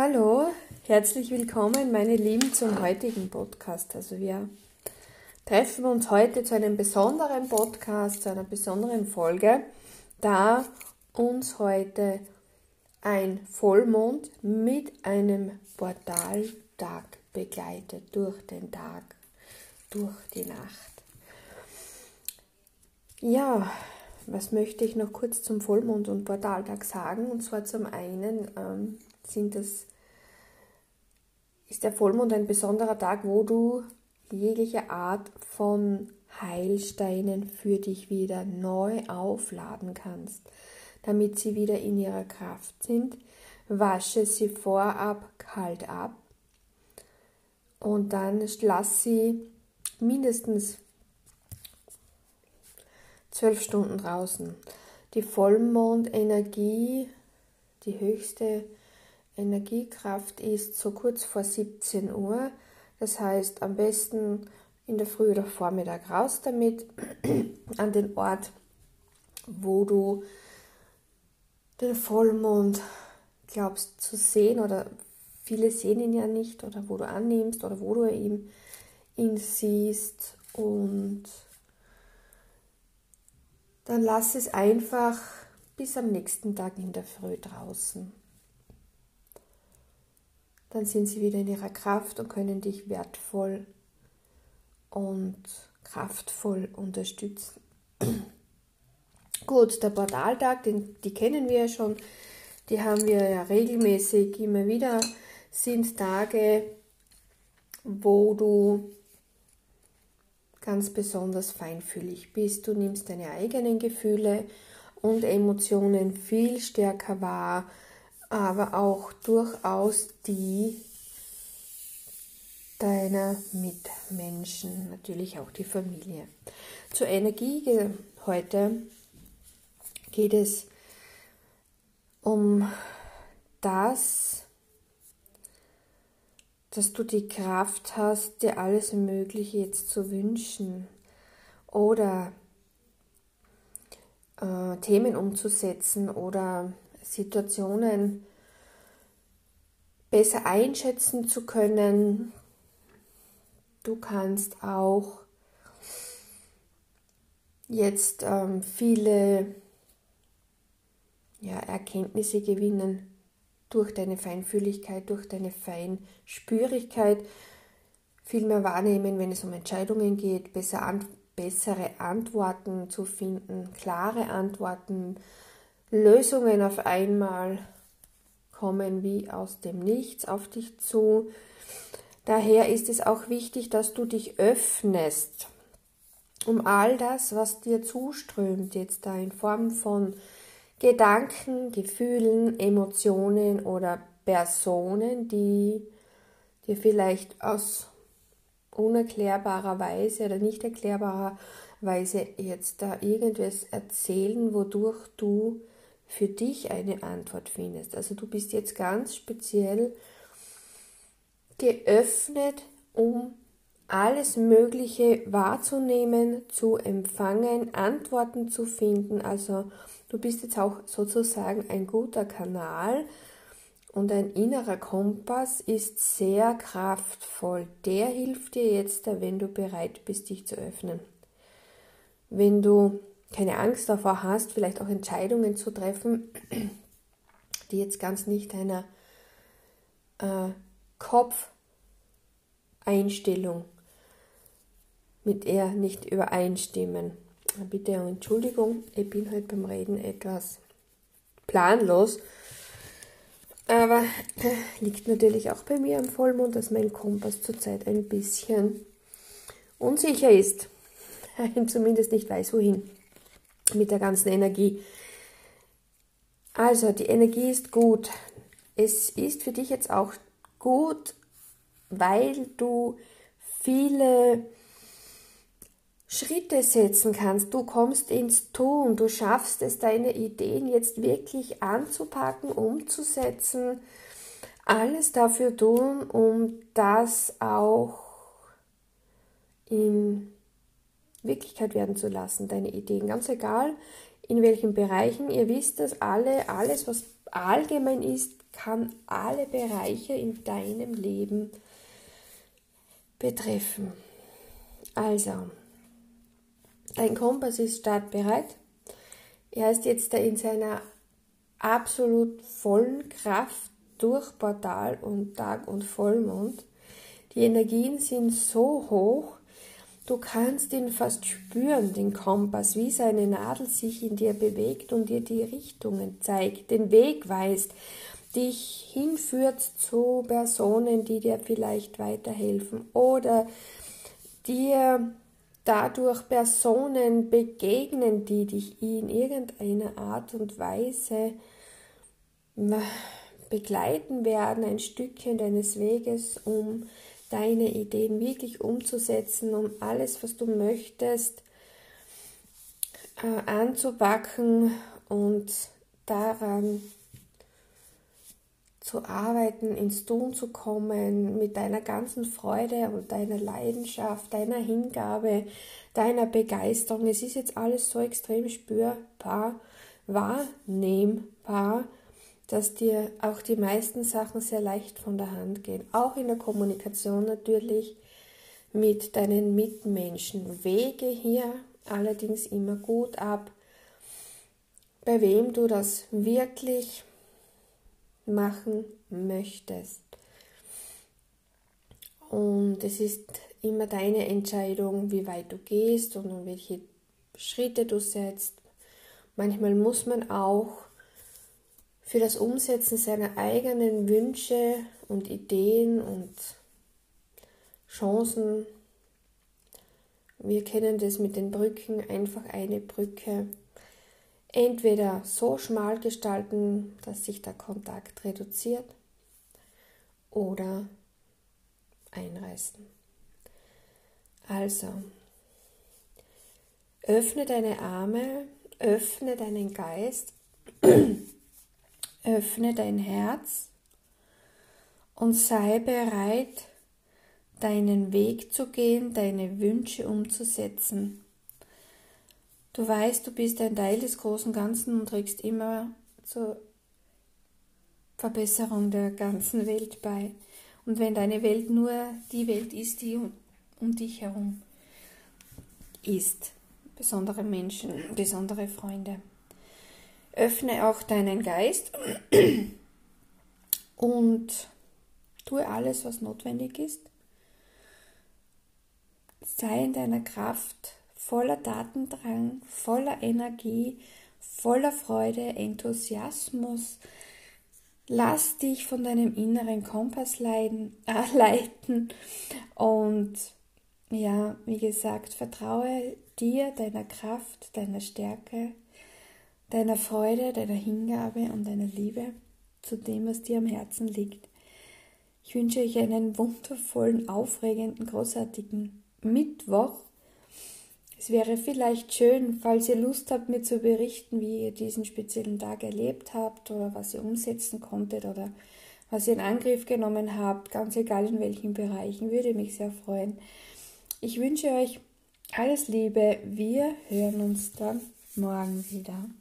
Hallo, herzlich willkommen, meine Lieben, zum heutigen Podcast. Also wir treffen uns heute zu einem besonderen Podcast, zu einer besonderen Folge, da uns heute ein Vollmond mit einem Portaltag begleitet, durch den Tag, durch die Nacht. Ja, was möchte ich noch kurz zum Vollmond und Portaltag sagen? Und zwar zum einen ist der Vollmond ein besonderer Tag, wo du jegliche Art von Heilsteinen für dich wieder neu aufladen kannst, damit sie wieder in ihrer Kraft sind. Wasche sie vorab kalt ab und dann lass sie mindestens 12 Stunden draußen. Die Vollmondenergie, die höchste Energiekraft ist so kurz vor 17 Uhr. Das heißt, am besten in der Früh oder Vormittag raus damit, an den Ort, wo du den Vollmond glaubst zu sehen, oder viele sehen ihn ja nicht, oder wo du annimmst oder wo du ihn siehst, und dann lass es einfach bis am nächsten Tag in der Früh draußen. Dann sind sie wieder in ihrer Kraft und können dich wertvoll und kraftvoll unterstützen. Gut, der Portaltag, die kennen wir ja schon, die haben wir ja regelmäßig immer wieder, sind Tage, wo du ganz besonders feinfühlig bist. Du nimmst deine eigenen Gefühle und Emotionen viel stärker wahr, aber auch durchaus die deiner Mitmenschen, natürlich auch die Familie. Zur Energie heute geht es um das, dass du die Kraft hast, dir alles Mögliche jetzt zu wünschen oder Themen umzusetzen oder Situationen besser einschätzen zu können. Du kannst auch jetzt viele Erkenntnisse gewinnen durch deine Feinfühligkeit, durch deine Feinspürigkeit, viel mehr wahrnehmen, wenn es um Entscheidungen geht, bessere Antworten zu finden, klare Antworten, Lösungen auf einmal kommen wie aus dem Nichts auf dich zu. Daher ist es auch wichtig, dass du dich öffnest, um all das, was dir zuströmt, jetzt da in Form von Gedanken, Gefühlen, Emotionen oder Personen, die dir vielleicht aus unerklärbarer Weise oder nicht erklärbarer Weise jetzt da irgendwas erzählen, wodurch du für dich eine Antwort findest. Also du bist jetzt ganz speziell geöffnet, um alles Mögliche wahrzunehmen, zu empfangen, Antworten zu finden. Also du bist jetzt auch sozusagen ein guter Kanal, und ein innerer Kompass ist sehr kraftvoll. Der hilft dir jetzt, wenn du bereit bist, dich zu öffnen. Wenn du keine Angst davor hast, vielleicht auch Entscheidungen zu treffen, die jetzt ganz nicht deiner Kopfeinstellung mit er nicht übereinstimmen. Bitte um Entschuldigung, ich bin heute beim Reden etwas planlos, aber liegt natürlich auch bei mir am Vollmond, dass mein Kompass zurzeit ein bisschen unsicher ist. Ich zumindest nicht weiß, wohin mit der ganzen Energie. Also, die Energie ist gut. Es ist für dich jetzt auch gut, weil du viele Schritte setzen kannst. Du kommst ins Tun. Du schaffst es, deine Ideen jetzt wirklich anzupacken, umzusetzen. Alles dafür tun, um das auch in Wirklichkeit werden zu lassen, deine Ideen. Ganz egal, in welchen Bereichen. Ihr wisst das alle, alles, was allgemein ist, kann alle Bereiche in deinem Leben betreffen. Also, dein Kompass ist startbereit. Er ist jetzt in seiner absolut vollen Kraft durch Portal und Tag und Vollmond. Die Energien sind so hoch, du kannst ihn fast spüren, den Kompass, wie seine Nadel sich in dir bewegt und dir die Richtungen zeigt, den Weg weist, dich hinführt zu Personen, die dir vielleicht weiterhelfen oder dir dadurch Personen begegnen, die dich in irgendeiner Art und Weise begleiten werden, ein Stückchen deines Weges, um deine Ideen wirklich umzusetzen, um alles, was du möchtest, anzupacken und daran zu arbeiten, ins Tun zu kommen, mit deiner ganzen Freude und deiner Leidenschaft, deiner Hingabe, deiner Begeisterung. Es ist jetzt alles so extrem spürbar, wahrnehmbar, dass dir auch die meisten Sachen sehr leicht von der Hand gehen. Auch in der Kommunikation natürlich mit deinen Mitmenschen. Wege hier allerdings immer gut ab, bei wem du das wirklich machen möchtest. Und es ist immer deine Entscheidung, wie weit du gehst und welche Schritte du setzt. Manchmal muss man auch für das Umsetzen seiner eigenen Wünsche und Ideen und Chancen, wir kennen das mit den Brücken, einfach eine Brücke entweder so schmal gestalten, dass sich der Kontakt reduziert, oder einreißen. Also, öffne deine Arme, öffne deinen Geist, öffne dein Herz und sei bereit, deinen Weg zu gehen, deine Wünsche umzusetzen. Du weißt, du bist ein Teil des großen Ganzen und trägst immer zur Verbesserung der ganzen Welt bei. Und wenn deine Welt nur die Welt ist, die um dich herum ist, besondere Menschen, besondere Freunde, öffne auch deinen Geist und tue alles, was notwendig ist. Sei in deiner Kraft, voller Tatendrang, voller Energie, voller Freude, Enthusiasmus. Lass dich von deinem inneren Kompass leiten und ja, wie gesagt, vertraue dir, deiner Kraft, deiner Stärke, deiner Freude, deiner Hingabe und deiner Liebe zu dem, was dir am Herzen liegt. Ich wünsche euch einen wundervollen, aufregenden, großartigen Mittwoch. Es wäre vielleicht schön, falls ihr Lust habt, mir zu berichten, wie ihr diesen speziellen Tag erlebt habt oder was ihr umsetzen konntet oder was ihr in Angriff genommen habt, ganz egal in welchen Bereichen, würde mich sehr freuen. Ich wünsche euch alles Liebe, wir hören uns dann morgen wieder.